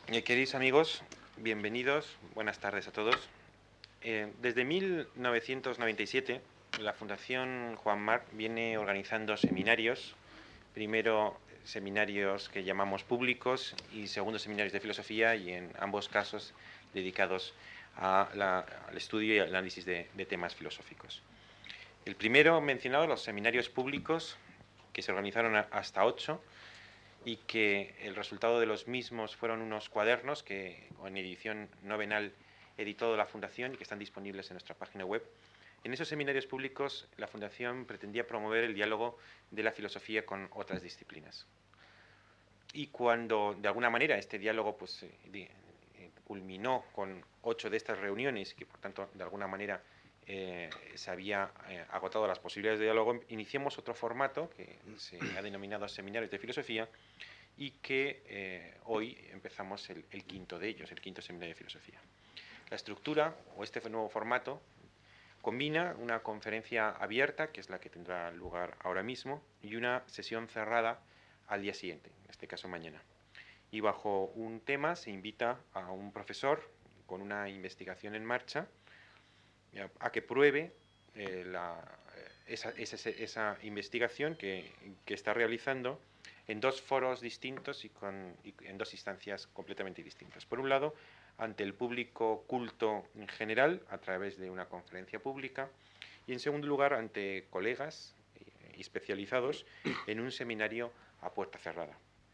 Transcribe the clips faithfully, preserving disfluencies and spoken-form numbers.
Eh, queridos amigos, bienvenidos, buenas tardes a todos. Eh, desde mil novecientos noventa y siete, la Fundación Juan Marc viene organizando seminarios, primero seminarios que llamamos públicos y segundo seminarios de filosofía, y en ambos casos dedicados a la, al estudio y al análisis de, de temas filosóficos. El primero mencionado, los seminarios públicos, que se organizaron hasta ocho, y que el resultado de los mismos fueron unos cuadernos que en edición novenal editó la Fundación y que están disponibles en nuestra página web. En esos seminarios públicos la Fundación pretendía promover el diálogo de la filosofía con otras disciplinas. Y cuando de alguna manera este diálogo pues, eh, culminó con ocho de estas reuniones, que por tanto de alguna manera eh, se había eh, agotado las posibilidades de diálogo, iniciamos otro formato que se ha denominado seminarios de filosofía, y que eh, hoy empezamos el, el quinto de ellos, el quinto seminario de filosofía. La estructura, o este nuevo formato, combina una conferencia abierta, que es la que tendrá lugar ahora mismo, y una sesión cerrada al día siguiente, en este caso mañana. Y bajo un tema se invita a un profesor con una investigación en marcha a que pruebe eh, la, esa, esa, esa investigación que, que está realizando en dos foros distintos y, con, y en dos instancias completamente distintas. Por un lado, ante el público culto en general, a través de una conferencia pública, y en segundo lugar, ante colegas y especializados en un seminario a puerta cerrada.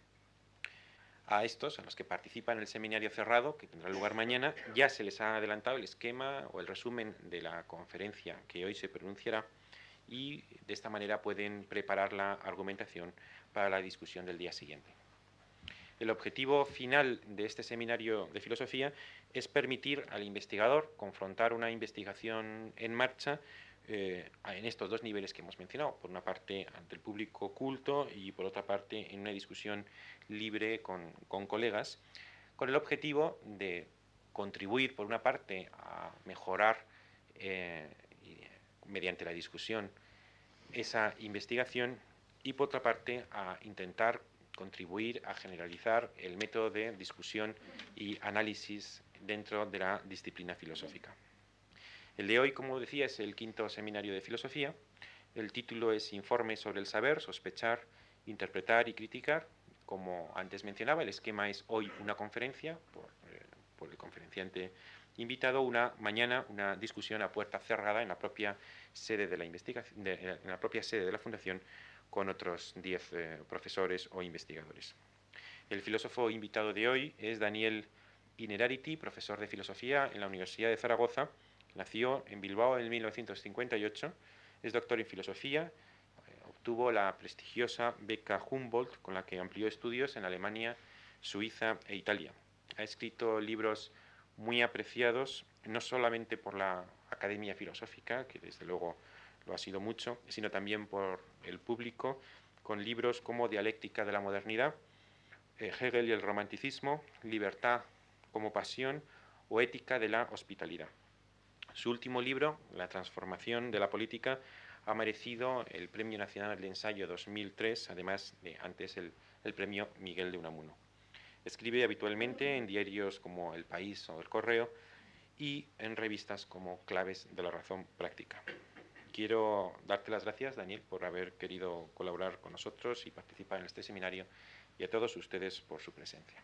A estos, a los que participan en el seminario cerrado, que tendrá lugar mañana, ya se les ha adelantado el esquema o el resumen de la conferencia que hoy se pronunciará, y de esta manera pueden preparar la argumentación para la discusión del día siguiente. El objetivo final de este seminario de filosofía es permitir al investigador confrontar una investigación en marcha eh, en estos dos niveles que hemos mencionado, por una parte ante el público culto y por otra parte en una discusión libre con, con colegas, con el objetivo de contribuir por una parte a mejorar eh, mediante la discusión esa investigación, y por otra parte a intentar contribuir a generalizar el método de discusión y análisis dentro de la disciplina filosófica. El de hoy, como decía, es el quinto seminario de filosofía. El título es Informe sobre el saber, sospechar, interpretar y criticar. Como antes mencionaba, el esquema es hoy una conferencia por, eh, por el conferenciante invitado, una mañana una discusión a puerta cerrada en la propia sede de la investigación, de, en la propia sede de la Fundación, con otros diez eh, profesores o investigadores. El filósofo invitado de hoy es Daniel Innerarity, profesor de filosofía en la Universidad de Zaragoza. Nació en Bilbao en mil novecientos cincuenta y ocho, es doctor en filosofía, eh, obtuvo la prestigiosa beca Humboldt, con la que amplió estudios en Alemania, Suiza e Italia. Ha escrito libros muy apreciados, no solamente por la Academia Filosófica, que desde luego lo ha sido mucho, sino también por el público, con libros como Dialéctica de la Modernidad, eh, Hegel y el Romanticismo, Libertad como Pasión o Ética de la Hospitalidad. Su último libro, La transformación de la política, ha merecido el Premio Nacional de Ensayo dos mil tres, además de antes el, el Premio Miguel de Unamuno. Escribe habitualmente en diarios como El País o El Correo y en revistas como Claves de la Razón Práctica. Quiero darte las gracias, Daniel, por haber querido colaborar con nosotros y participar en este seminario, y a todos ustedes por su presencia.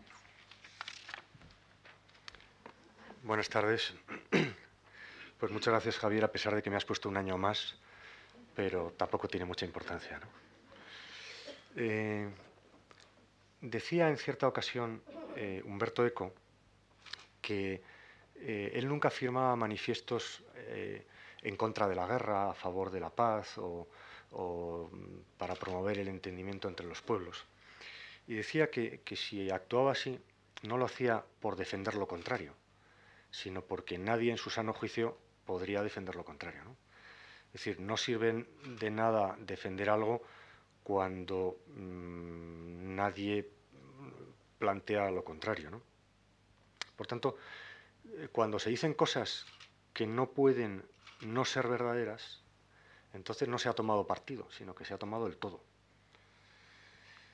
Buenas tardes. Pues muchas gracias, Javier, a pesar de que me has puesto un año más, pero tampoco tiene mucha importancia, ¿no? Eh, decía en cierta ocasión eh, Humberto Eco que eh, él nunca firmaba manifiestos eh, en contra de la guerra, a favor de la paz o, o para promover el entendimiento entre los pueblos. Y decía que, que si actuaba así, no lo hacía por defender lo contrario, sino porque nadie en su sano juicio podría defender lo contrario, ¿no? Es decir, no sirve de nada defender algo cuando mmm, nadie plantea lo contrario, ¿no? Por tanto, cuando se dicen cosas que no pueden no ser verdaderas, entonces no se ha tomado partido, sino que se ha tomado el todo.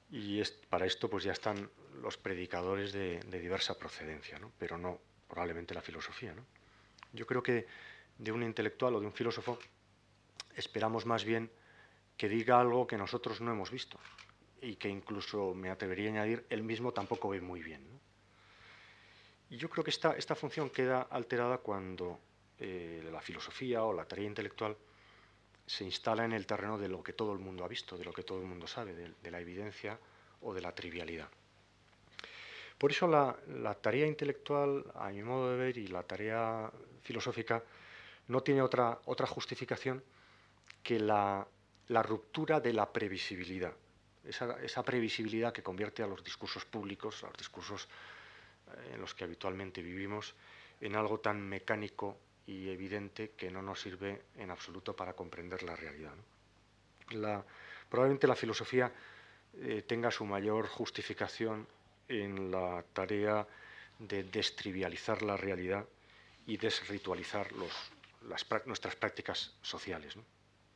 Y es, para esto pues ya están los predicadores de, de diversa procedencia, ¿no? Pero no probablemente la filosofía, ¿no? Yo creo que de un intelectual o de un filósofo esperamos más bien que diga algo que nosotros no hemos visto y que incluso, me atrevería a añadir, él mismo tampoco ve muy bien, ¿no? Y yo creo que esta, esta función queda alterada cuando eh, la filosofía o la tarea intelectual se instala en el terreno de lo que todo el mundo ha visto, de lo que todo el mundo sabe, de, de la evidencia o de la trivialidad. Por eso la, la tarea intelectual, a mi modo de ver, y la tarea filosófica no tiene otra, otra justificación que la, la ruptura de la previsibilidad. Esa, esa previsibilidad que convierte a los discursos públicos, a los discursos en los que habitualmente vivimos, en algo tan mecánico y evidente que no nos sirve en absoluto para comprender la realidad, ¿no? La, probablemente la filosofía eh, tenga su mayor justificación en la tarea de destrivializar la realidad y desritualizar los, las, nuestras prácticas sociales, ¿no?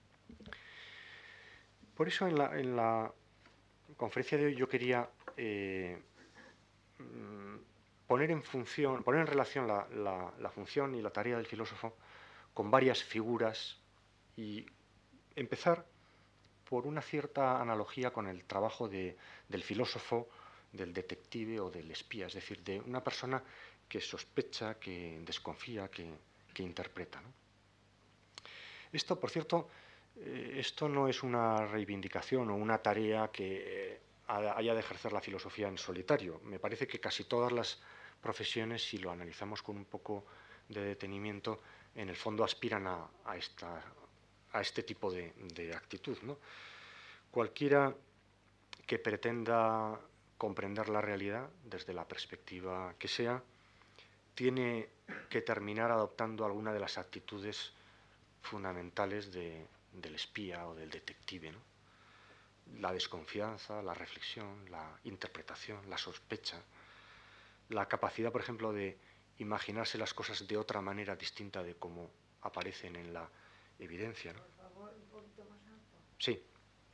Por eso en la, en la conferencia de hoy yo quería eh, poner en función, poner en relación la, la, la función y la tarea del filósofo con varias figuras y empezar por una cierta analogía con el trabajo de, del filósofo, del detective o del espía, es decir, de una persona que sospecha, que desconfía, que, que interpreta, ¿no? Esto, por cierto, eh, esto no es una reivindicación o una tarea que eh, haya de ejercer la filosofía en solitario. Me parece que casi todas las profesiones, si lo analizamos con un poco de detenimiento, en el fondo aspiran a, a, esta, a este tipo de, de actitud, ¿no? Cualquiera que pretenda comprender la realidad desde la perspectiva que sea, tiene que terminar adoptando alguna de las actitudes fundamentales de, del espía o del detective, ¿no? La desconfianza, la reflexión, la interpretación, la sospecha, la capacidad, por ejemplo, de imaginarse las cosas de otra manera distinta de cómo aparecen en la evidencia, ¿no? Por favor, un poquito más alto. Sí.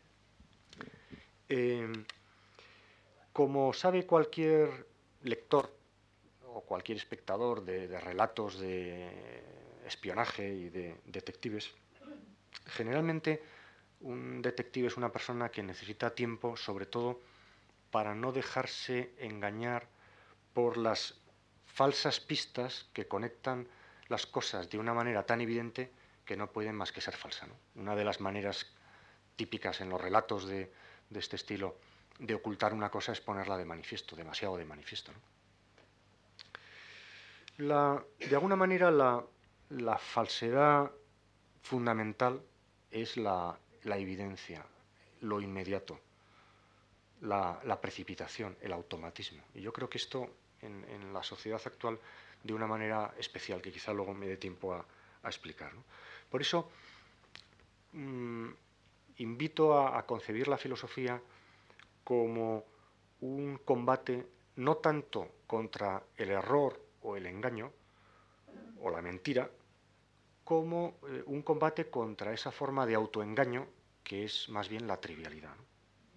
Eh, como sabe cualquier lector o cualquier espectador de, de relatos de espionaje y de detectives, generalmente un detective es una persona que necesita tiempo, sobre todo, para no dejarse engañar por las falsas pistas que conectan las cosas de una manera tan evidente que no pueden más que ser falsa, ¿no? Una de las maneras típicas en los relatos de, de este estilo de ocultar una cosa es ponerla de manifiesto, demasiado de manifiesto, ¿no? La, de alguna manera la, la falsedad fundamental es la, la evidencia, lo inmediato, la, la precipitación, el automatismo. Y yo creo que esto en, en la sociedad actual de una manera especial, que quizá luego me dé tiempo a, a explicar, ¿no? Por eso mmm, invito a, a concebir la filosofía como un combate no tanto contra el error o el engaño o la mentira, como eh, un combate contra esa forma de autoengaño que es más bien la trivialidad, ¿no?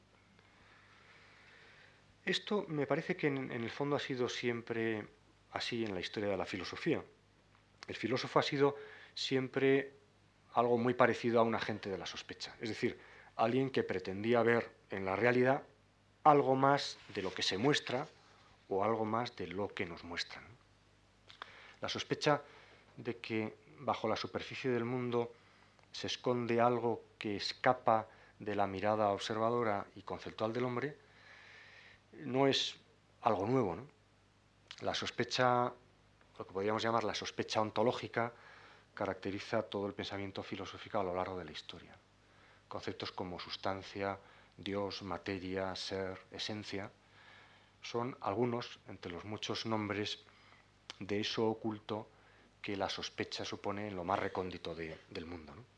Esto me parece que en, en el fondo ha sido siempre así en la historia de la filosofía. El filósofo ha sido siempre algo muy parecido a un agente de la sospecha, es decir, alguien que pretendía ver en la realidad algo más de lo que se muestra o algo más de lo que nos muestran. La sospecha de que bajo la superficie del mundo se esconde algo que escapa de la mirada observadora y conceptual del hombre no es algo nuevo, ¿no? La sospecha, lo que podríamos llamar la sospecha ontológica, caracteriza todo el pensamiento filosófico a lo largo de la historia. Conceptos como sustancia, Dios, materia, ser, esencia, son algunos entre los muchos nombres de eso oculto que la sospecha supone en lo más recóndito de, del mundo, ¿no?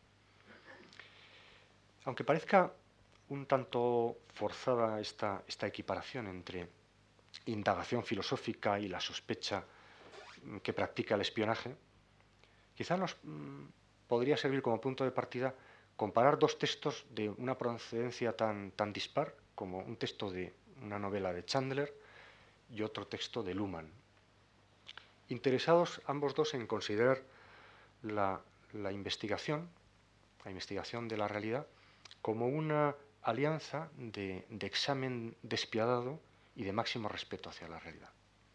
Aunque parezca un tanto forzada esta, esta equiparación entre indagación filosófica y la sospecha que practica el espionaje, quizá nos mmm, podría servir como punto de partida comparar dos textos de una procedencia tan, tan dispar como un texto de una novela de Chandler y otro texto de Luhmann. Interesados ambos dos en considerar la, la investigación, la investigación de la realidad, como una alianza de, de examen despiadado y de máximo respeto hacia la realidad.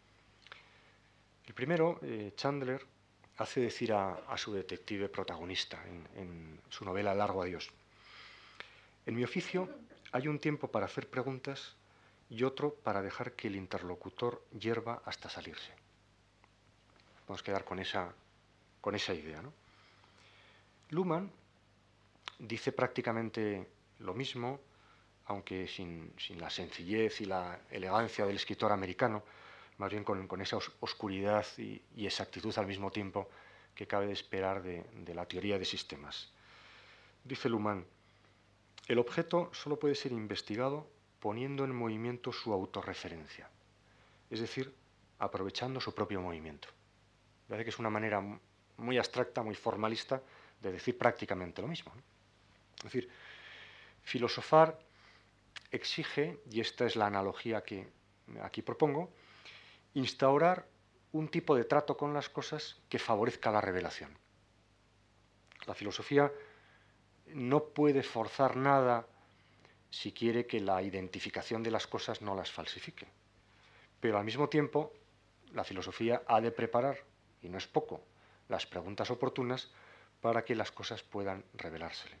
El primero, eh, Chandler, hace decir a, a su detective protagonista en, en su novela Largo adiós: en mi oficio hay un tiempo para hacer preguntas y otro para dejar que el interlocutor hierva hasta salirse. Vamos a quedar con esa, con esa idea, ¿no? Luhmann dice prácticamente lo mismo, aunque sin, sin la sencillez y la elegancia del escritor americano, más bien con, con esa os, oscuridad y, y exactitud al mismo tiempo que cabe de esperar de, de la teoría de sistemas. Dice Luhmann: el objeto solo puede ser investigado poniendo en movimiento su autorreferencia, es decir, aprovechando su propio movimiento. Parece que es una manera muy abstracta, muy formalista, de decir prácticamente lo mismo, ¿no? Es decir, filosofar exige, y esta es la analogía que aquí propongo, instaurar un tipo de trato con las cosas que favorezca la revelación. La filosofía no puede forzar nada si quiere que la identificación de las cosas no las falsifique. Pero al mismo tiempo, la filosofía ha de preparar, y no es poco, las preguntas oportunas para que las cosas puedan revelársele.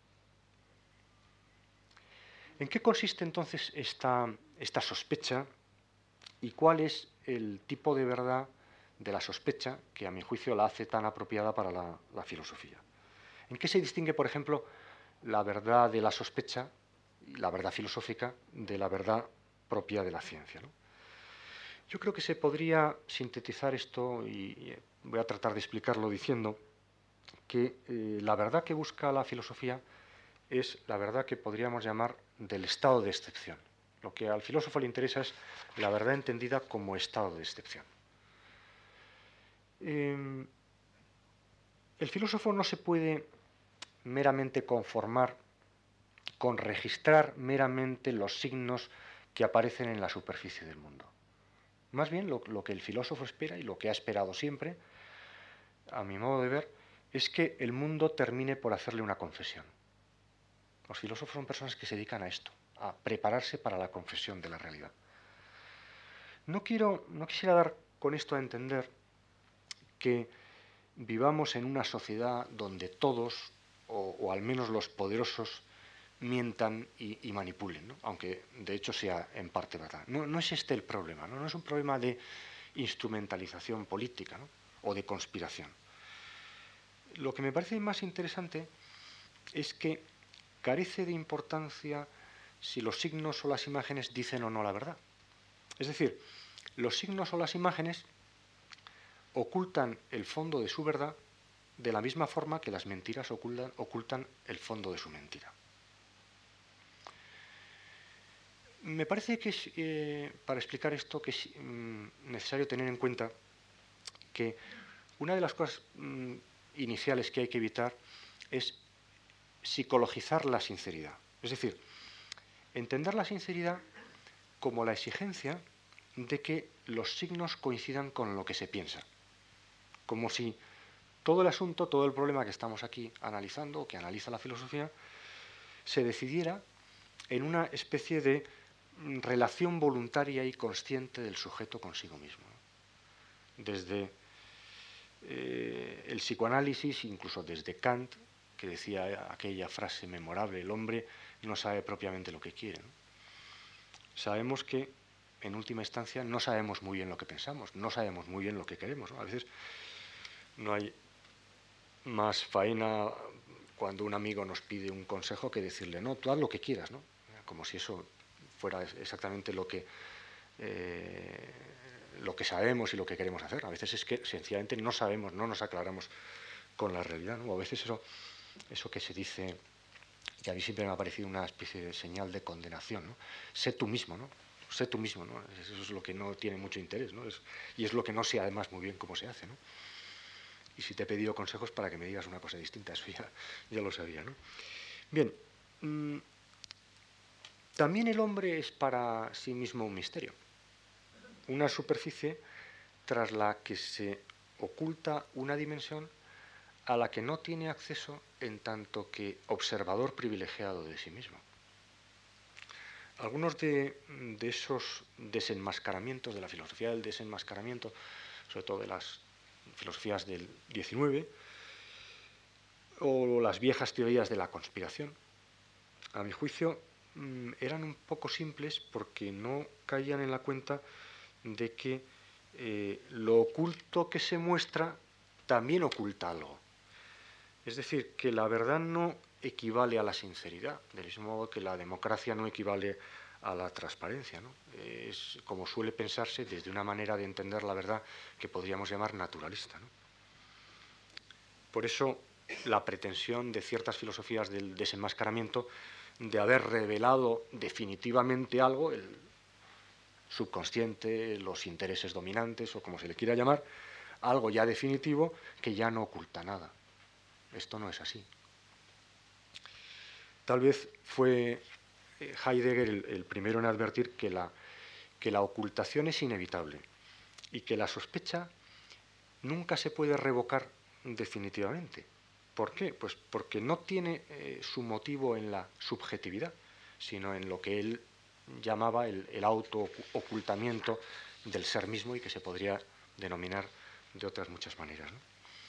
¿En qué consiste entonces esta, esta sospecha y cuál es el tipo de verdad de la sospecha que a mi juicio la hace tan apropiada para la, la filosofía? ¿En qué se distingue, por ejemplo, la verdad de la sospecha, la verdad filosófica, de la verdad propia de la ciencia, ¿no? Yo creo que se podría sintetizar esto, y voy a tratar de explicarlo diciendo que eh, la verdad que busca la filosofía es la verdad que podríamos llamar del estado de excepción. Lo que al filósofo le interesa es la verdad entendida como estado de excepción. Eh, el filósofo no se puede meramente conformar con registrar meramente los signos que aparecen en la superficie del mundo. Más bien lo, lo que el filósofo espera, y lo que ha esperado siempre, a mi modo de ver, es que el mundo termine por hacerle una confesión. Los filósofos son personas que se dedican a esto, a prepararse para la confesión de la realidad. No quiero, no quisiera dar con esto a entender que vivamos en una sociedad donde todos, o, o al menos los poderosos, mientan y, y manipulen, ¿no? Aunque de hecho sea en parte verdad. No, no es este el problema, ¿no? No es un problema de instrumentalización política, ¿no? O de conspiración. Lo que me parece más interesante es que carece de importancia si los signos o las imágenes dicen o no la verdad. Es decir, los signos o las imágenes ocultan el fondo de su verdad de la misma forma que las mentiras ocultan, ocultan el fondo de su mentira. Me parece que es, eh, para explicar esto, que es mm, necesario tener en cuenta que una de las cosas mm, iniciales que hay que evitar es psicologizar la sinceridad. Es decir, entender la sinceridad como la exigencia de que los signos coincidan con lo que se piensa. Como si todo el asunto, todo el problema que estamos aquí analizando, o que analiza la filosofía, se decidiera en una especie de relación voluntaria y consciente del sujeto consigo mismo. Desde eh, el psicoanálisis, incluso desde Kant, que decía aquella frase memorable: el hombre no sabe propiamente lo que quiere, ¿no? Sabemos que, en última instancia, no sabemos muy bien lo que pensamos, no sabemos muy bien lo que queremos, ¿no? A veces no hay más faena cuando un amigo nos pide un consejo que decirle: no, tú haz lo que quieras, ¿no? Como si eso fuera exactamente lo que, eh, lo que sabemos y lo que queremos hacer. A veces es que sencillamente no sabemos, no nos aclaramos con la realidad, ¿no? O a veces eso, eso que se dice, y a mí siempre me ha parecido una especie de señal de condenación, ¿no? Sé tú mismo, ¿no? Sé tú mismo, ¿no? Eso es lo que no tiene mucho interés, ¿no? Es, y es lo que no sé además muy bien cómo se hace, ¿no? Y si te he pedido consejos para que me digas una cosa distinta, eso ya, ya lo sabía, ¿no? Bien, mmm, También el hombre es para sí mismo un misterio, una superficie tras la que se oculta una dimensión a la que no tiene acceso en tanto que observador privilegiado de sí mismo. Algunos de, de esos desenmascaramientos, de la filosofía del desenmascaramiento, sobre todo de las filosofías del diecinueve, o las viejas teorías de la conspiración, a mi juicio, eran un poco simples porque no caían en la cuenta de que eh, lo oculto que se muestra también oculta algo. Es decir, que la verdad no equivale a la sinceridad, del mismo modo que la democracia no equivale a la transparencia, ¿no? Es como suele pensarse desde una manera de entender la verdad que podríamos llamar naturalista, ¿no? Por eso la pretensión de ciertas filosofías del desenmascaramiento de haber revelado definitivamente algo, el subconsciente, los intereses dominantes o como se le quiera llamar, algo ya definitivo que ya no oculta nada. Esto no es así. Tal vez fue Heidegger el, el primero en advertir que la, que la ocultación es inevitable y que la sospecha nunca se puede revocar definitivamente. ¿Por qué? Pues porque no tiene eh, su motivo en la subjetividad, sino en lo que él llamaba el, el auto-ocultamiento del ser mismo y que se podría denominar de otras muchas maneras, ¿no?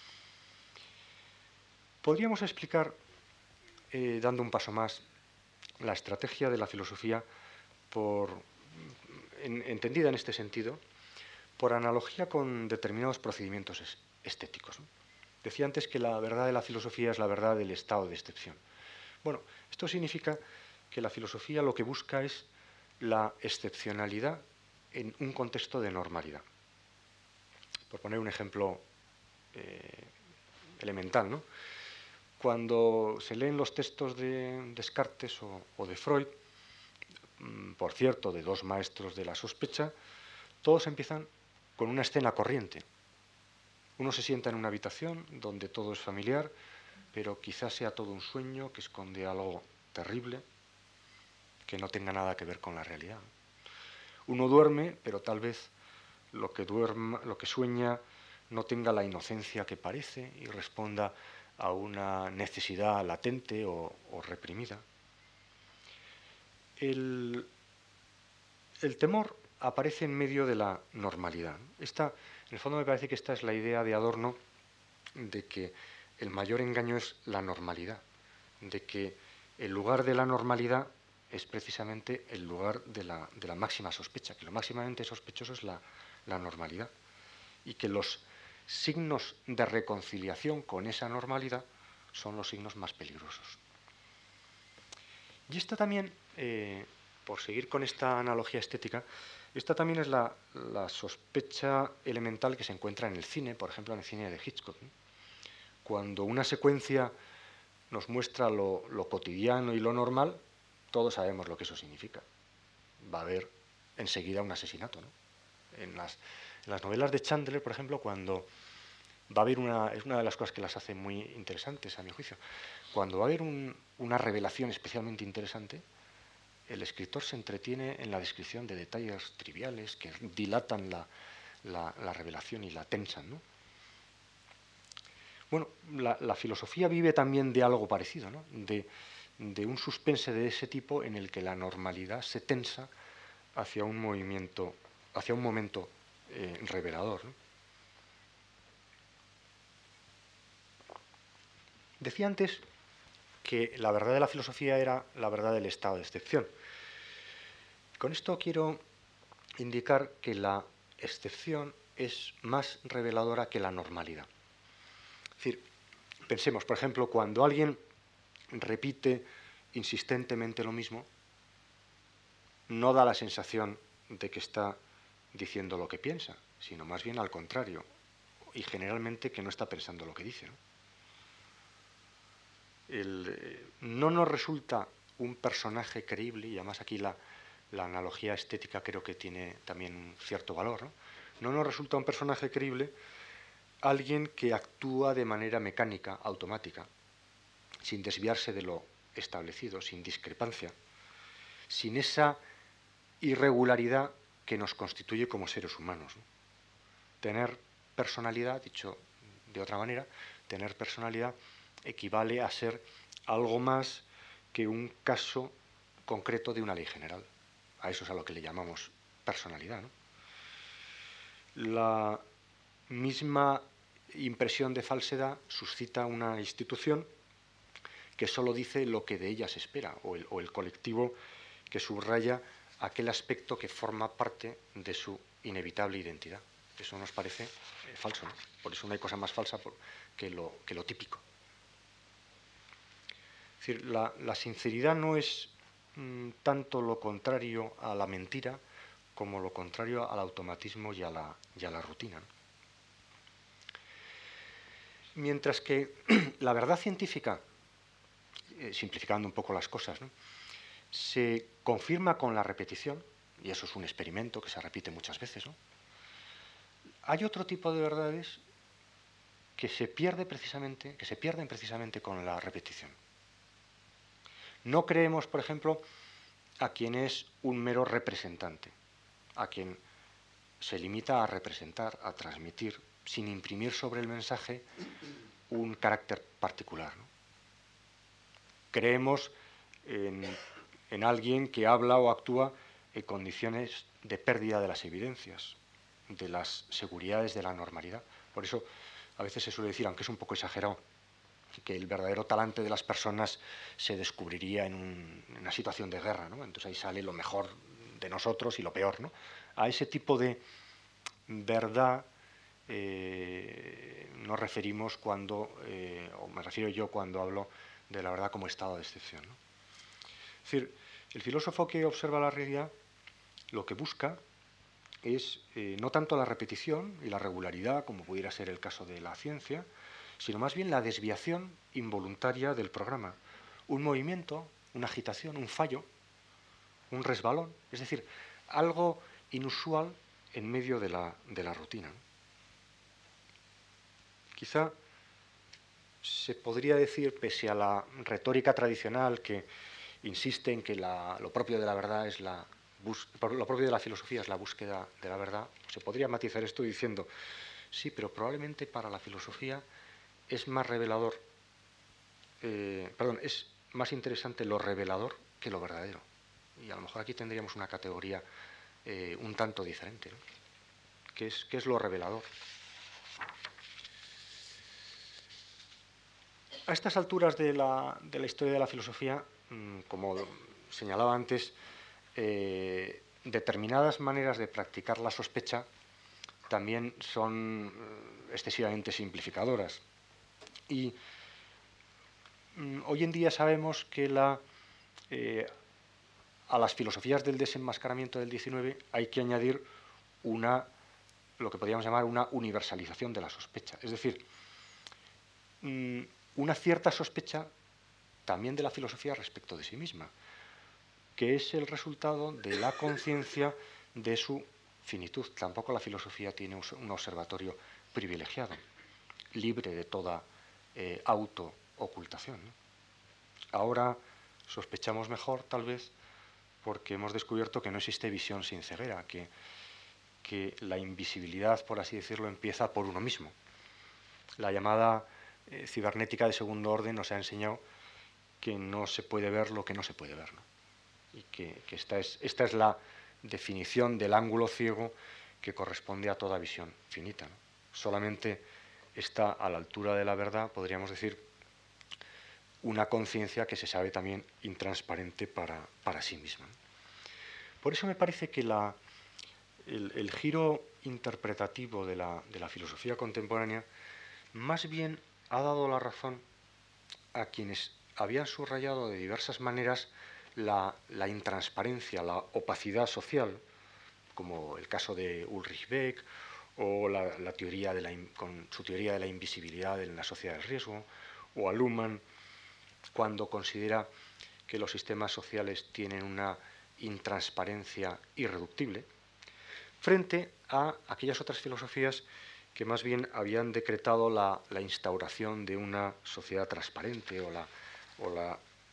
Podríamos explicar, eh, dando un paso más, la estrategia de la filosofía por, en, entendida en este sentido, por analogía con determinados procedimientos es, estéticos, ¿no? Decía antes que la verdad de la filosofía es la verdad del estado de excepción. Bueno, esto significa que la filosofía lo que busca es la excepcionalidad en un contexto de normalidad. Por poner un ejemplo eh, elemental, ¿no? Cuando se leen los textos de Descartes o, o de Freud, por cierto, de dos maestros de la sospecha, todos empiezan con una escena corriente. Uno se sienta en una habitación donde todo es familiar, pero quizás sea todo un sueño que esconde algo terrible, que no tenga nada que ver con la realidad. Uno duerme, pero tal vez lo que, duerma, lo que sueña no tenga la inocencia que parece y responda a una necesidad latente o, o reprimida. El, el temor aparece en medio de la normalidad. Esta, en el fondo me parece que esta es la idea de Adorno de que el mayor engaño es la normalidad, de que el lugar de la normalidad es precisamente el lugar de la, de la máxima sospecha, que lo máximamente sospechoso es la, la normalidad, y que los signos de reconciliación con esa normalidad son los signos más peligrosos. Y esta también, eh, por seguir con esta analogía estética, esta también es la, la sospecha elemental que se encuentra en el cine, por ejemplo en el cine de Hitchcock, ¿no? Cuando una secuencia nos muestra lo, lo cotidiano y lo normal, todos sabemos lo que eso significa. Va a haber enseguida un asesinato, ¿no? En las, en las novelas de Chandler, por ejemplo, cuando va a haber una... Es una de las cosas que las hace muy interesantes, a mi juicio. Cuando va a haber un, una revelación especialmente interesante, el escritor se entretiene en la descripción de detalles triviales que dilatan la, la, la revelación y la tensan, ¿no? Bueno, la, la filosofía vive también de algo parecido, ¿no? De, de un suspense de ese tipo en el que la normalidad se tensa hacia un movimiento, hacia un momento eh, revelador, ¿no? Decía antes que la verdad de la filosofía era la verdad del estado de excepción. Con esto quiero indicar que la excepción es más reveladora que la normalidad. Es decir, pensemos, por ejemplo, cuando alguien repite insistentemente lo mismo, no da la sensación de que está diciendo lo que piensa, sino más bien al contrario, y generalmente que no está pensando lo que dice, ¿no? El, eh, no nos resulta un personaje creíble, y además aquí la, la analogía estética creo que tiene también un cierto valor, ¿no? No nos resulta un personaje creíble alguien que actúa de manera mecánica, automática, sin desviarse de lo establecido, sin discrepancia, sin esa irregularidad que nos constituye como seres humanos, ¿no? Tener personalidad, dicho de otra manera, tener personalidad equivale a ser algo más que un caso concreto de una ley general. A eso es a lo que le llamamos personalidad, ¿no? La misma impresión de falsedad suscita una institución que solo dice lo que de ella se espera, o el, o el colectivo que subraya aquel aspecto que forma parte de su inevitable identidad. Eso nos parece eh, falso, ¿no? Por eso no hay cosa más falsa por, que, lo, que lo típico. Es decir, la, la sinceridad no es mmm, tanto lo contrario a la mentira como lo contrario al automatismo y a la, y a la rutina, ¿no? Mientras que la verdad científica, eh, simplificando un poco las cosas, ¿no?, se confirma con la repetición, y eso es un experimento que se repite muchas veces, ¿no?, hay otro tipo de verdades que se pierde precisamente, que se pierden precisamente con la repetición. No creemos, por ejemplo, a quien es un mero representante, a quien se limita a representar, a transmitir, sin imprimir sobre el mensaje un carácter particular, ¿no? Creemos en, en alguien que habla o actúa en condiciones de pérdida de las evidencias, de las seguridades de la normalidad. Por eso a veces se suele decir, aunque es un poco exagerado, que el verdadero talante de las personas se descubriría en, un, en una situación de guerra, ¿no? Entonces ahí sale lo mejor de nosotros y lo peor, ¿no? A ese tipo de verdad eh, nos referimos cuando, eh, o me refiero yo cuando hablo de la verdad como estado de excepción, ¿no? Es decir, el filósofo que observa la realidad lo que busca es eh, no tanto la repetición y la regularidad, como pudiera ser el caso de la ciencia, sino más bien la desviación involuntaria del programa. Un movimiento, una agitación, un fallo, un resbalón, es decir, algo inusual en medio de la, de la rutina. Quizá se podría decir, pese a la retórica tradicional que insiste en que la, lo propio de la verdad es la lo propio de la filosofía es la búsqueda de la verdad, se podría matizar esto diciendo, sí, pero probablemente para la filosofía es más revelador, eh, perdón, es más interesante lo revelador que lo verdadero. Y a lo mejor aquí tendríamos una categoría eh, un tanto diferente, ¿no? ¿Qué es, qué es lo revelador? A estas alturas de la, de la historia de la filosofía, mmm, como señalaba antes, eh, determinadas maneras de practicar la sospecha también son excesivamente simplificadoras. Y mmm, hoy en día sabemos que la, eh, a las filosofías del desenmascaramiento del diecinueve hay que añadir una, lo que podríamos llamar una universalización de la sospecha. Es decir, mmm, una cierta sospecha también de la filosofía respecto de sí misma, que es el resultado de la conciencia de su finitud. Tampoco la filosofía tiene un observatorio privilegiado, libre de toda eh, auto-ocultación, ¿no? Ahora sospechamos mejor, tal vez, porque hemos descubierto que no existe visión sin ceguera, que, que la invisibilidad, por así decirlo, empieza por uno mismo. La llamada eh, cibernética de segundo orden nos ha enseñado que no se puede ver lo que no se puede ver, ¿no? Y que, que esta, es, esta es la definición del ángulo ciego que corresponde a toda visión finita, ¿no? Solamente está a la altura de la verdad, podríamos decir, una conciencia que se sabe también intransparente para, para sí misma. Por eso me parece que la, el, el giro interpretativo de la, de la filosofía contemporánea más bien ha dado la razón a quienes habían subrayado de diversas maneras la, la intransparencia, la opacidad social, como el caso de Ulrich Beck o la, la teoría de la, con su teoría de la invisibilidad en la sociedad del riesgo, o a Luhmann cuando considera que los sistemas sociales tienen una intransparencia irreductible, frente a aquellas otras filosofías que más bien habían decretado la, la instauración de una sociedad transparente o la, o la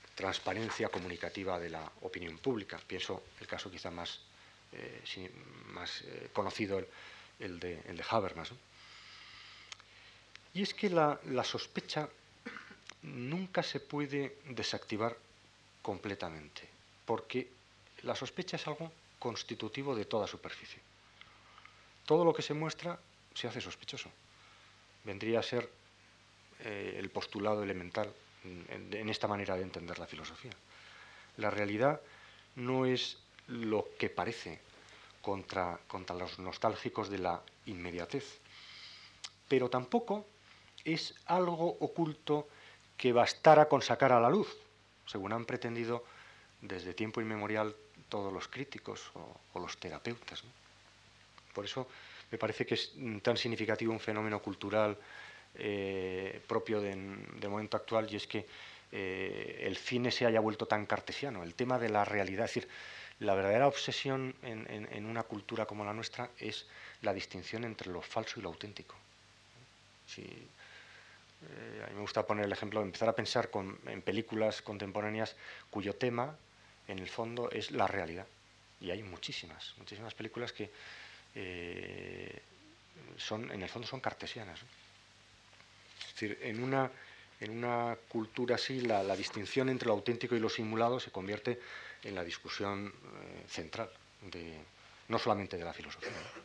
transparencia comunicativa de la opinión pública. Pienso el caso quizá más, eh, sí, más eh, conocido, el, el, de, el de Habermas, ¿no? Y es que la, la sospecha nunca se puede desactivar completamente, porque la sospecha es algo constitutivo de toda superficie. Todo lo que se muestra se hace sospechoso. Vendría a ser eh, el postulado elemental en, en esta manera de entender la filosofía. La realidad no es lo que parece contra, contra los nostálgicos de la inmediatez, pero tampoco es algo oculto que bastara con sacar a la luz, según han pretendido desde tiempo inmemorial todos los críticos o, o los terapeutas, ¿no? Por eso me parece que es tan significativo un fenómeno cultural eh, propio de, del momento actual, y es que eh, el cine se haya vuelto tan cartesiano. El tema de la realidad, es decir, la verdadera obsesión en, en, en una cultura como la nuestra es la distinción entre lo falso y lo auténtico. Si, eh, a mí me gusta poner el ejemplo de empezar a pensar con, en películas contemporáneas cuyo tema, en el fondo, es la realidad. Y hay muchísimas, muchísimas películas que eh, son, en el fondo son cartesianas, ¿no? Es decir, en una, en una cultura así, la, la distinción entre lo auténtico y lo simulado se convierte en la discusión eh, central, de, no solamente de la filosofía, ¿no?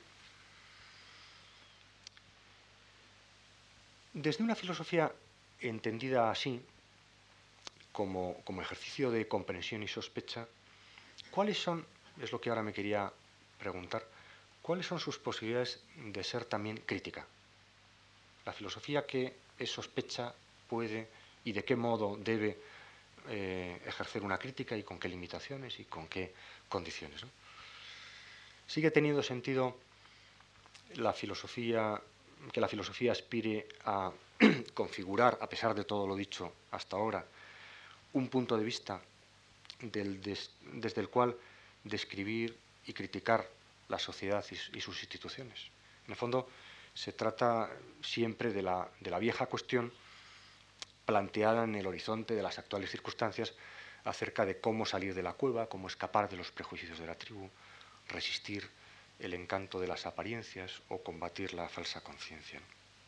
Desde una filosofía entendida así, como, como ejercicio de comprensión y sospecha, ¿cuáles son, es lo que ahora me quería preguntar, cuáles son sus posibilidades de ser también crítica? La filosofía que es sospecha puede y de qué modo debe eh, ejercer una crítica y con qué limitaciones y con qué condiciones, ¿no? ¿Sigue teniendo sentido la filosofía, que la filosofía aspire a configurar, a pesar de todo lo dicho hasta ahora, un punto de vista del des, desde el cual describir y criticar la sociedad y, y sus instituciones? En el fondo, se trata siempre de la, de la vieja cuestión planteada en el horizonte de las actuales circunstancias acerca de cómo salir de la cueva, cómo escapar de los prejuicios de la tribu, resistir el encanto de las apariencias o combatir la falsa conciencia.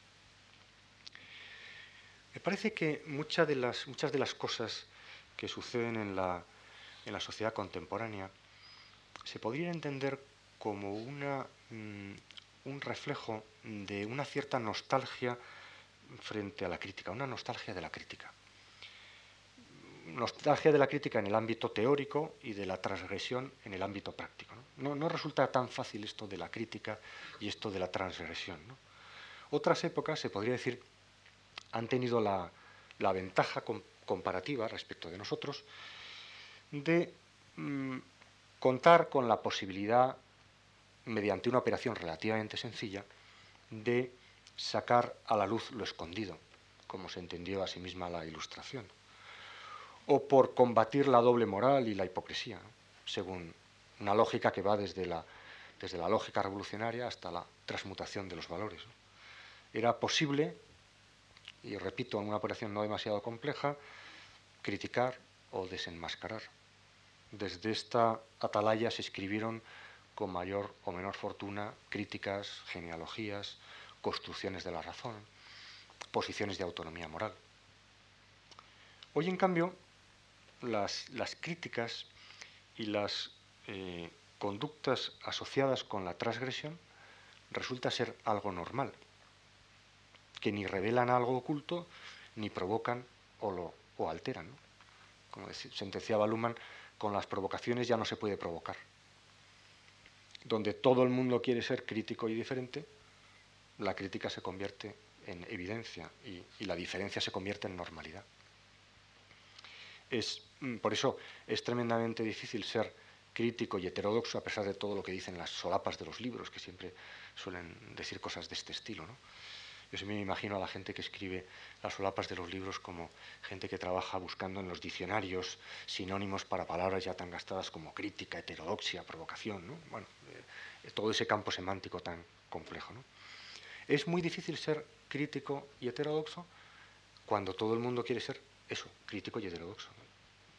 Me parece que muchas de las, muchas de las cosas que suceden en la, en la sociedad contemporánea se podrían entender como una, mm, un reflejo de una cierta nostalgia frente a la crítica, una nostalgia de la crítica. Nostalgia de la crítica en el ámbito teórico y de la transgresión en el ámbito práctico, ¿no? No, no resulta tan fácil esto de la crítica y esto de la transgresión, ¿no? Otras épocas, se podría decir, han tenido la, la ventaja com, comparativa respecto de nosotros de mmm, contar con la posibilidad, mediante una operación relativamente sencilla, de sacar a la luz lo escondido, como se entendió a sí misma la Ilustración, o por combatir la doble moral y la hipocresía, ¿no? Según una lógica que va desde la, desde la lógica revolucionaria hasta la transmutación de los valores, ¿no? Era posible, y repito, en una operación no demasiado compleja, criticar o desenmascarar. Desde esta atalaya se escribieron con mayor o menor fortuna críticas, genealogías, construcciones de la razón, posiciones de autonomía moral. Hoy, en cambio, las, las críticas y las eh, conductas asociadas con la transgresión resulta ser algo normal, que ni revelan algo oculto, ni provocan o, lo, o alteran, ¿no? Como sentenciaba Luhmann, con las provocaciones ya no se puede provocar. Donde todo el mundo quiere ser crítico y diferente, la crítica se convierte en evidencia y, y la diferencia se convierte en normalidad. Es, por eso es tremendamente difícil ser crítico y heterodoxo a pesar de todo lo que dicen las solapas de los libros, que siempre suelen decir cosas de este estilo, ¿no? Yo siempre me imagino a la gente que escribe las solapas de los libros como gente que trabaja buscando en los diccionarios sinónimos para palabras ya tan gastadas como crítica, heterodoxia, provocación, ¿no? Bueno, eh, todo ese campo semántico tan complejo, ¿no? Es muy difícil ser crítico y heterodoxo cuando todo el mundo quiere ser eso, crítico y heterodoxo, ¿no?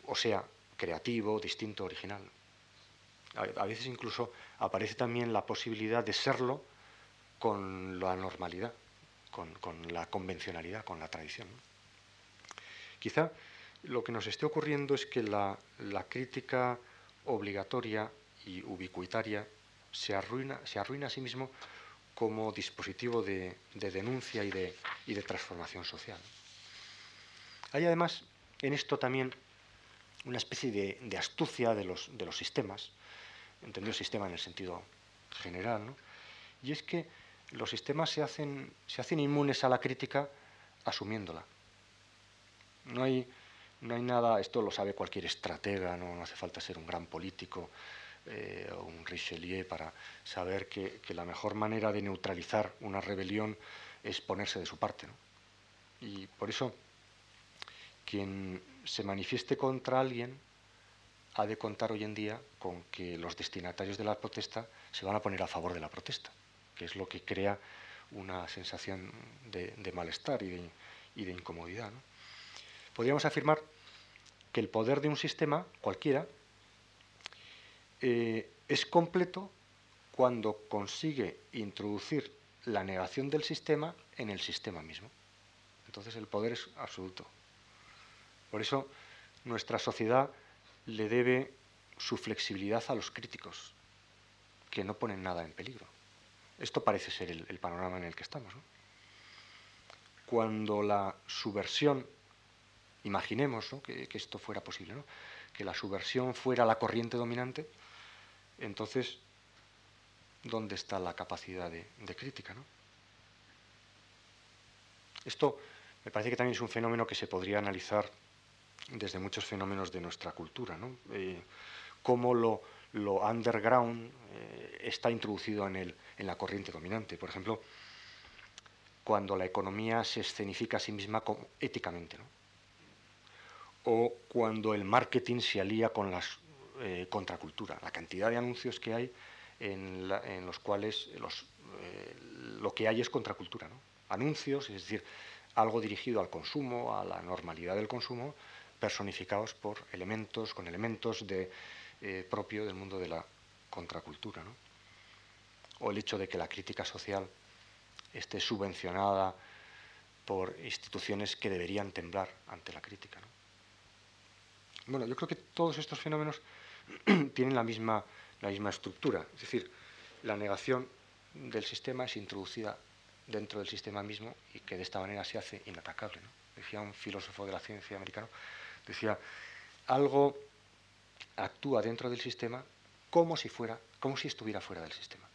o sea, creativo, distinto, original. A veces incluso aparece también la posibilidad de serlo con la normalidad, con, con la convencionalidad, con la tradición. Quizá lo que nos esté ocurriendo es que la, la crítica obligatoria y ubicuitaria se arruina, se arruina a sí mismo como dispositivo de, de denuncia y de, y de transformación social. Hay además en esto también una especie de, de astucia de los, de los sistemas, entendido sistema en el sentido general, ¿no? Y es que los sistemas se hacen, se hacen inmunes a la crítica asumiéndola. No hay, no hay nada, esto lo sabe cualquier estratega, no, no hace falta ser un gran político eh, o un Richelieu para saber que, que la mejor manera de neutralizar una rebelión es ponerse de su parte, ¿no? Y por eso quien se manifieste contra alguien ha de contar hoy en día con que los destinatarios de la protesta se van a poner a favor de la protesta, que es lo que crea una sensación de, de malestar y de, y de incomodidad, ¿no? Podríamos afirmar que el poder de un sistema, cualquiera, eh, es completo cuando consigue introducir la negación del sistema en el sistema mismo. Entonces el poder es absoluto. Por eso nuestra sociedad le debe su flexibilidad a los críticos, que no ponen nada en peligro. Esto parece ser el, el panorama en el que estamos, ¿no? Cuando la subversión, imaginemos, ¿no?, que, que esto fuera posible, ¿no?, que la subversión fuera la corriente dominante, entonces, ¿dónde está la capacidad de, de crítica, ¿no? Esto me parece que también es un fenómeno que se podría analizar desde muchos fenómenos de nuestra cultura, ¿no? Eh, cómo lo, lo underground eh, está introducido en, el, en la corriente dominante. Por ejemplo, cuando la economía se escenifica a sí misma como, éticamente, ¿no? O cuando el marketing se alía con la eh, contracultura. La cantidad de anuncios que hay en, la, en los cuales los, eh, lo que hay es contracultura, ¿no? Anuncios, es decir, algo dirigido al consumo, a la normalidad del consumo, personificados por elementos, con elementos de, eh, propio del mundo de la contracultura, ¿no? O el hecho de que la crítica social esté subvencionada por instituciones que deberían temblar ante la crítica, ¿no? Bueno, yo creo que todos estos fenómenos tienen la misma, la misma estructura, es decir, la negación del sistema es introducida dentro del sistema mismo y que de esta manera se hace inatacable, ¿no? Decía un filósofo de la ciencia americano, decía, algo actúa dentro del sistema como si fuera, como si estuviera fuera del sistema.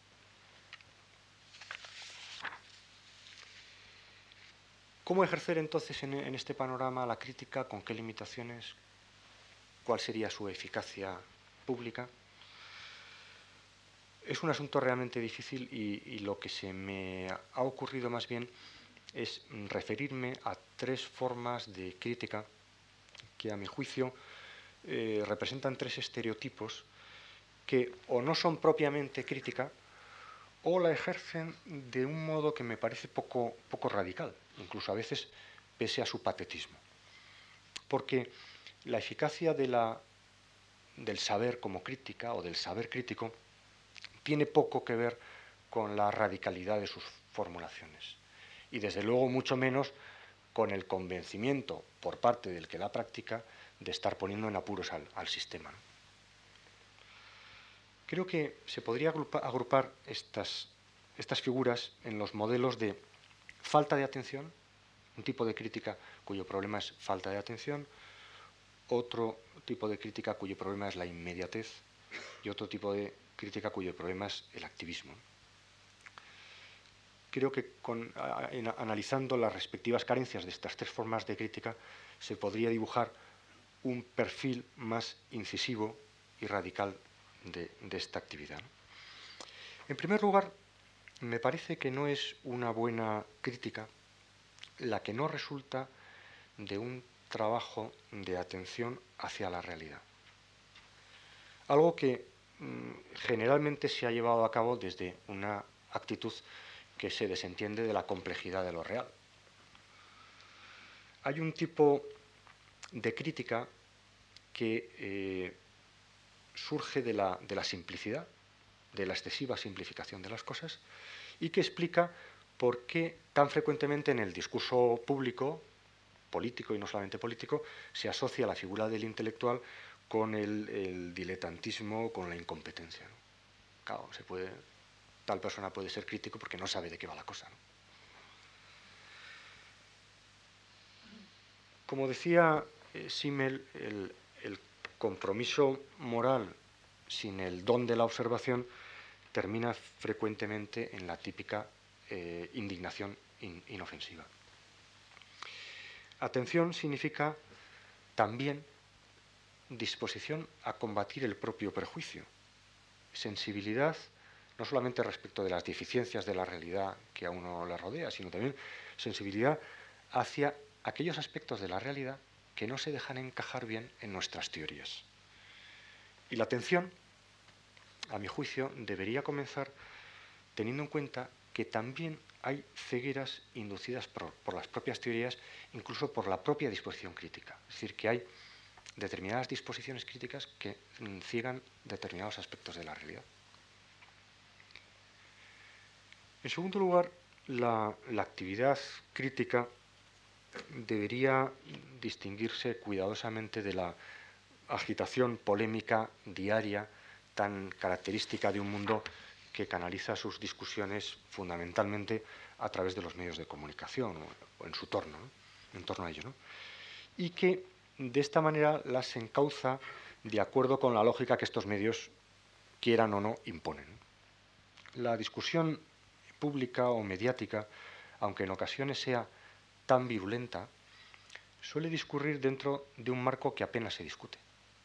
¿Cómo ejercer entonces en, en este panorama la crítica? ¿Con qué limitaciones? ¿Cuál sería su eficacia pública? Es un asunto realmente difícil y, y lo que se me ha ocurrido más bien es referirme a tres formas de crítica que a mi juicio eh, representan tres estereotipos que o no son propiamente crítica o la ejercen de un modo que me parece poco, poco radical, incluso a veces pese a su patetismo. Porque la eficacia de la, del saber como crítica o del saber crítico tiene poco que ver con la radicalidad de sus formulaciones y desde luego mucho menos con el convencimiento por parte del que la practica de estar poniendo en apuros al, al sistema, ¿no? Creo que se podría agrupar, agrupar estas, estas figuras en los modelos de falta de atención, un tipo de crítica cuyo problema es falta de atención, otro tipo de crítica cuyo problema es la inmediatez y otro tipo de crítica cuyo problema es el activismo. Creo que con, en, analizando las respectivas carencias de estas tres formas de crítica se podría dibujar un perfil más incisivo y radical de, de esta actividad, ¿no? En primer lugar, me parece que no es una buena crítica la que no resulta de un trabajo de atención hacia la realidad. Algo que mmm, generalmente se ha llevado a cabo desde una actitud que se desentiende de la complejidad de lo real. Hay un tipo de crítica que eh, surge de la, de la simplicidad, de la excesiva simplificación de las cosas, y que explica por qué tan frecuentemente en el discurso público, político y no solamente político, se asocia la figura del intelectual con el, el diletantismo, con la incompetencia, ¿no? Claro, se puede, tal persona puede ser crítico porque no sabe de qué va la cosa, ¿no? Como decía eh, Simmel, el, el compromiso moral sin el don de la observación termina frecuentemente en la típica eh, indignación in, inofensiva. Atención significa también disposición a combatir el propio prejuicio, sensibilidad no solamente respecto de las deficiencias de la realidad que a uno le rodea, sino también sensibilidad hacia aquellos aspectos de la realidad que no se dejan encajar bien en nuestras teorías. Y la atención, a mi juicio, debería comenzar teniendo en cuenta que también hay cegueras inducidas por, por las propias teorías, incluso por la propia disposición crítica. Es decir, que hay determinadas disposiciones críticas que mm, ciegan determinados aspectos de la realidad. En segundo lugar, la, la actividad crítica debería distinguirse cuidadosamente de la agitación polémica diaria tan característica de un mundo que canaliza sus discusiones fundamentalmente a través de los medios de comunicación o, o en su torno, ¿no? en torno a ello, ¿no? Y que de esta manera las encauza de acuerdo con la lógica que estos medios quieran o no imponen. La discusión pública o mediática, aunque en ocasiones sea tan virulenta, suele discurrir dentro de un marco que apenas se discute.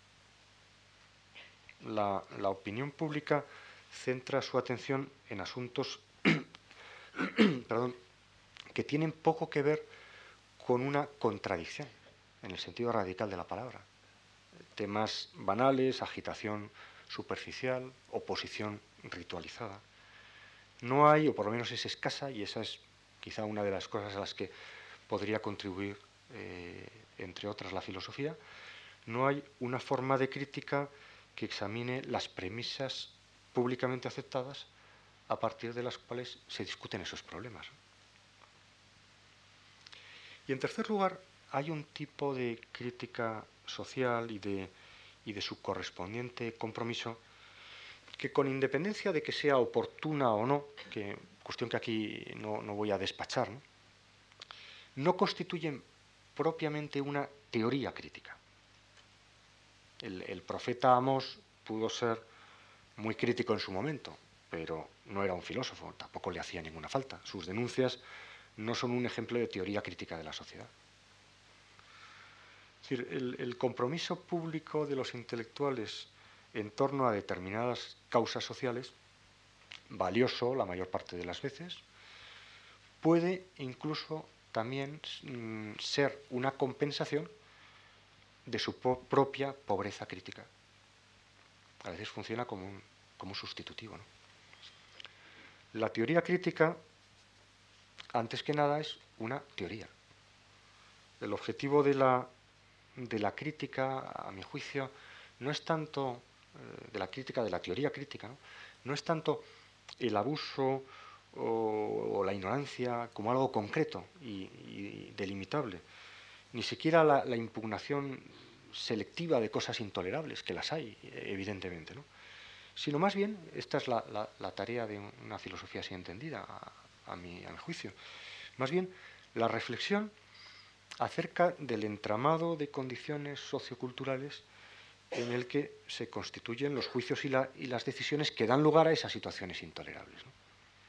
La, la opinión pública centra su atención en asuntos perdón, que tienen poco que ver con una contradicción, en el sentido radical de la palabra. Temas banales, agitación superficial, oposición ritualizada. No hay, o por lo menos es escasa, y esa es quizá una de las cosas a las que podría contribuir, eh, entre otras, la filosofía, no hay una forma de crítica que examine las premisas públicamente aceptadas a partir de las cuales se discuten esos problemas. Y en tercer lugar, hay un tipo de crítica social y de, y de su correspondiente compromiso que, con independencia de que sea oportuna o no, que cuestión que aquí no, no voy a despachar, ¿no? no constituyen propiamente una teoría crítica. El, el profeta Amós pudo ser muy crítico en su momento, pero no era un filósofo, tampoco le hacía ninguna falta. Sus denuncias no son un ejemplo de teoría crítica de la sociedad. Es decir, el, el compromiso público de los intelectuales en torno a determinadas causas sociales, valioso la mayor parte de las veces, puede incluso también mm, ser una compensación de su po- propia pobreza crítica. A veces funciona como un, como un sustitutivo, ¿no? La teoría crítica, antes que nada, es una teoría. El objetivo de la, de la crítica, a mi juicio, no es tanto, eh, de la crítica, de la teoría crítica, ¿no? no es tanto el abuso o, o la ignorancia como algo concreto y, y delimitable, ni siquiera la, la impugnación selectiva de cosas intolerables, que las hay, evidentemente, ¿no? sino más bien, esta es la, la, la tarea de una filosofía así entendida, a, a, mi, a mi juicio, más bien la reflexión acerca del entramado de condiciones socioculturales en el que se constituyen los juicios y, la, y las decisiones que dan lugar a esas situaciones intolerables, ¿no?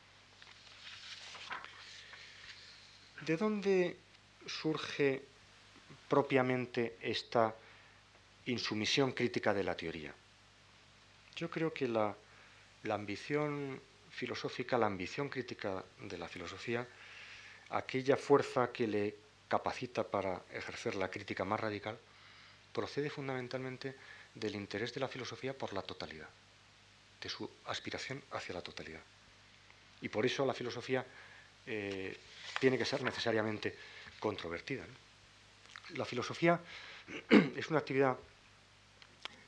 ¿De dónde surge propiamente esta insumisión crítica de la teoría? Yo creo que la, la ambición filosófica, la ambición crítica de la filosofía, aquella fuerza que le capacita para ejercer la crítica más radical, procede fundamentalmente del interés de la filosofía por la totalidad, de su aspiración hacia la totalidad. Y por eso la filosofía eh, tiene que ser necesariamente controvertida, ¿no? La filosofía es una actividad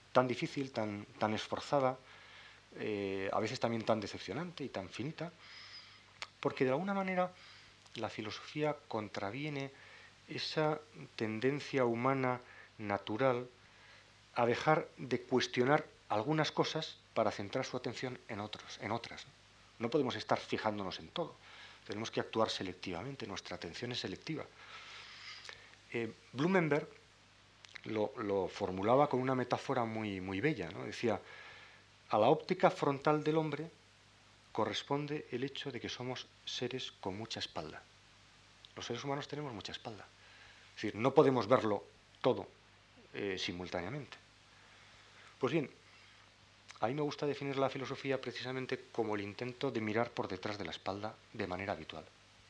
tan difícil, tan, tan esforzada, eh, a veces también tan decepcionante y tan finita, porque de alguna manera la filosofía contraviene esa tendencia humana natural a dejar de cuestionar algunas cosas para centrar su atención en otros, en otras. No podemos estar fijándonos en todo. Tenemos que actuar selectivamente, nuestra atención es selectiva. Eh, Blumenberg lo, lo formulaba con una metáfora muy, muy bella, ¿no? Decía, a la óptica frontal del hombre corresponde el hecho de que somos seres con mucha espalda. Los seres humanos tenemos mucha espalda. Es decir, no podemos verlo todo eh, simultáneamente. Pues bien, a mí me gusta definir la filosofía precisamente como el intento de mirar por detrás de la espalda de manera habitual.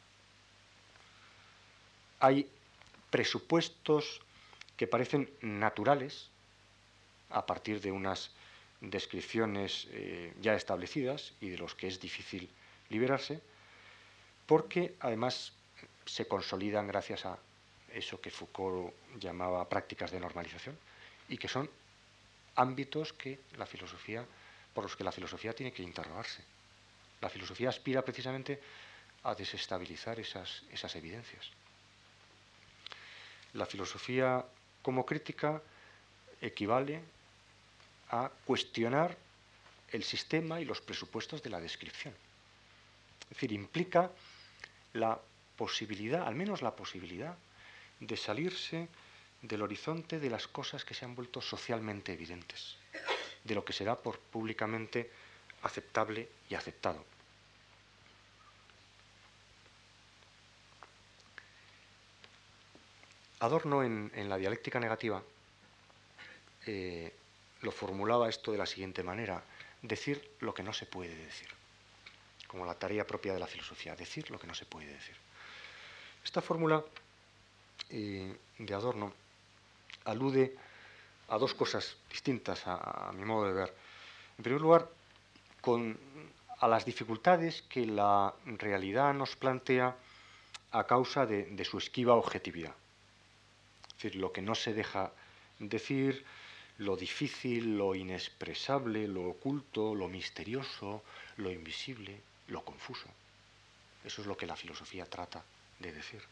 Hay presupuestos que parecen naturales a partir de unas descripciones eh, ya establecidas y de los que es difícil liberarse, porque además se consolidan gracias a eso que Foucault llamaba prácticas de normalización y que son ámbitos que la filosofía, por los que la filosofía tiene que interrogarse. La filosofía aspira precisamente a desestabilizar esas, esas evidencias. La filosofía como crítica equivale a cuestionar el sistema y los presupuestos de la descripción. Es decir, implica la posibilidad, al menos la posibilidad, de salirse del horizonte de las cosas que se han vuelto socialmente evidentes, de lo que será por públicamente aceptable y aceptado. Adorno en, en la dialéctica negativa eh, lo formulaba esto de la siguiente manera: decir lo que no se puede decir, como la tarea propia de la filosofía, decir lo que no se puede decir. Esta fórmula eh, de Adorno alude a dos cosas distintas a, a mi modo de ver. En primer lugar, con, a las dificultades que la realidad nos plantea a causa de, de su esquiva objetividad. Es decir, lo que no se deja decir, lo difícil, lo inexpresable, lo oculto, lo misterioso, lo invisible, lo confuso. Eso es lo que la filosofía trata de decir.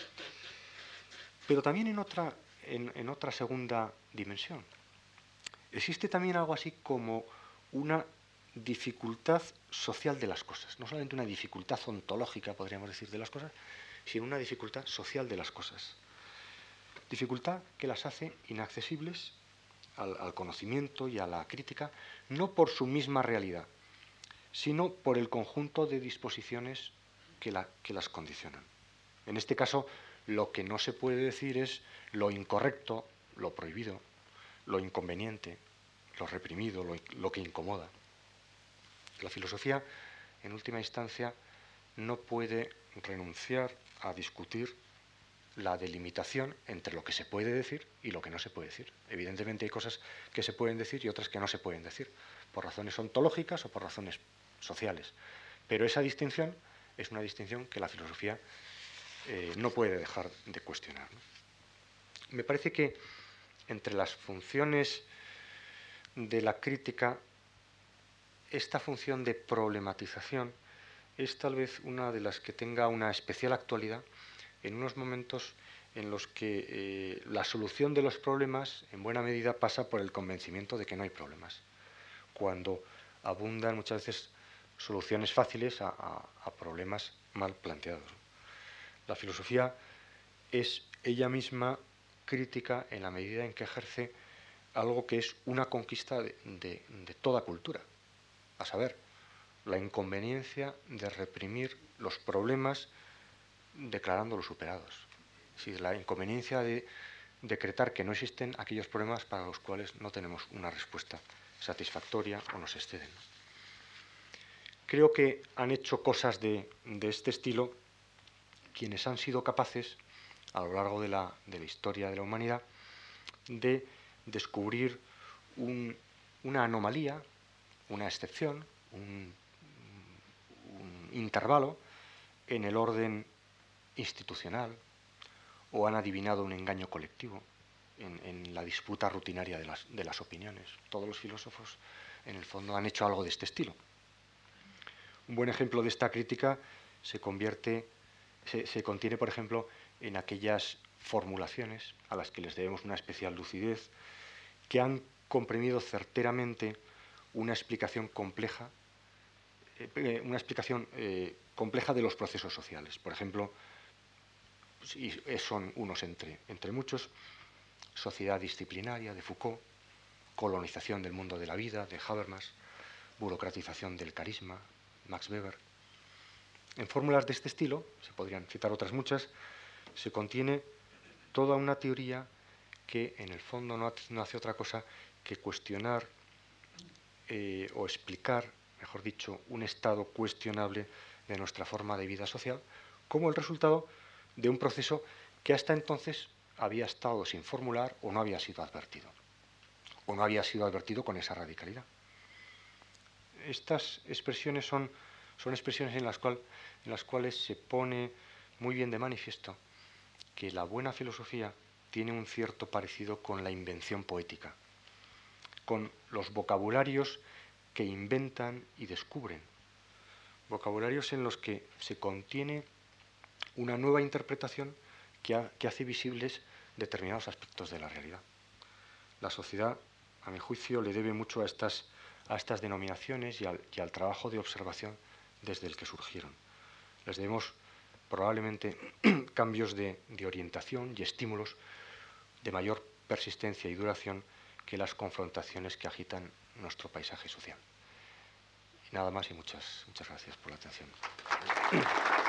Pero también en otra, en, en otra segunda dimensión. Existe también algo así como una dificultad social de las cosas. No solamente una dificultad ontológica, podríamos decir, de las cosas, sino una dificultad social de las cosas. Dificultad que las hace inaccesibles al, al conocimiento y a la crítica, no por su misma realidad, sino por el conjunto de disposiciones que, la, que las condicionan. En este caso, lo que no se puede decir es lo incorrecto, lo prohibido, lo inconveniente, lo reprimido, lo, lo que incomoda. La filosofía, en última instancia, no puede renunciar a discutir la delimitación entre lo que se puede decir y lo que no se puede decir. Evidentemente hay cosas que se pueden decir y otras que no se pueden decir, por razones ontológicas o por razones sociales. Pero esa distinción es una distinción que la filosofía eh, no puede dejar de cuestionar, ¿no? Me parece que entre las funciones de la crítica, esta función de problematización es tal vez una de las que tenga una especial actualidad en unos momentos en los que eh, la solución de los problemas en buena medida pasa por el convencimiento de que no hay problemas, cuando abundan muchas veces soluciones fáciles a, a, a problemas mal planteados. La filosofía es ella misma crítica en la medida en que ejerce algo que es una conquista de, de, de toda cultura, a saber, la inconveniencia de reprimir los problemas declarándolos superados. Es decir, la inconveniencia de decretar que no existen aquellos problemas para los cuales no tenemos una respuesta satisfactoria o nos exceden. Creo que han hecho cosas de, de este estilo quienes han sido capaces, a lo largo de la, de la historia de la humanidad, de descubrir un, una anomalía, una excepción, un, un intervalo en el orden institucional, o han adivinado un engaño colectivo, en, en la disputa rutinaria de las, de las opiniones. Todos los filósofos, en el fondo, han hecho algo de este estilo. Un buen ejemplo de esta crítica se convierte, se, se contiene, por ejemplo, en aquellas formulaciones a las que les debemos una especial lucidez, que han comprimido certeramente una explicación compleja, eh, una explicación eh, compleja de los procesos sociales. Por ejemplo, y son unos entre, entre muchos: sociedad disciplinaria, de Foucault; colonización del mundo de la vida, de Habermas; burocratización del carisma, Max Weber. En fórmulas de este estilo, se podrían citar otras muchas, se contiene toda una teoría que en el fondo no hace, no hace otra cosa que cuestionar eh, o explicar, mejor dicho, un estado cuestionable de nuestra forma de vida social como el resultado de un proceso que hasta entonces había estado sin formular o no había sido advertido, o no había sido advertido con esa radicalidad. Estas expresiones son, son expresiones en las, cual, en las cuales se pone muy bien de manifiesto que la buena filosofía tiene un cierto parecido con la invención poética, con los vocabularios que inventan y descubren, vocabularios en los que se contiene una nueva interpretación que, ha, que hace visibles determinados aspectos de la realidad. La sociedad, a mi juicio, le debe mucho a estas, a estas denominaciones y al, y al trabajo de observación desde el que surgieron. Les debemos probablemente cambios de, de orientación y estímulos de mayor persistencia y duración que las confrontaciones que agitan nuestro paisaje social. Y nada más, y muchas, muchas gracias por la atención.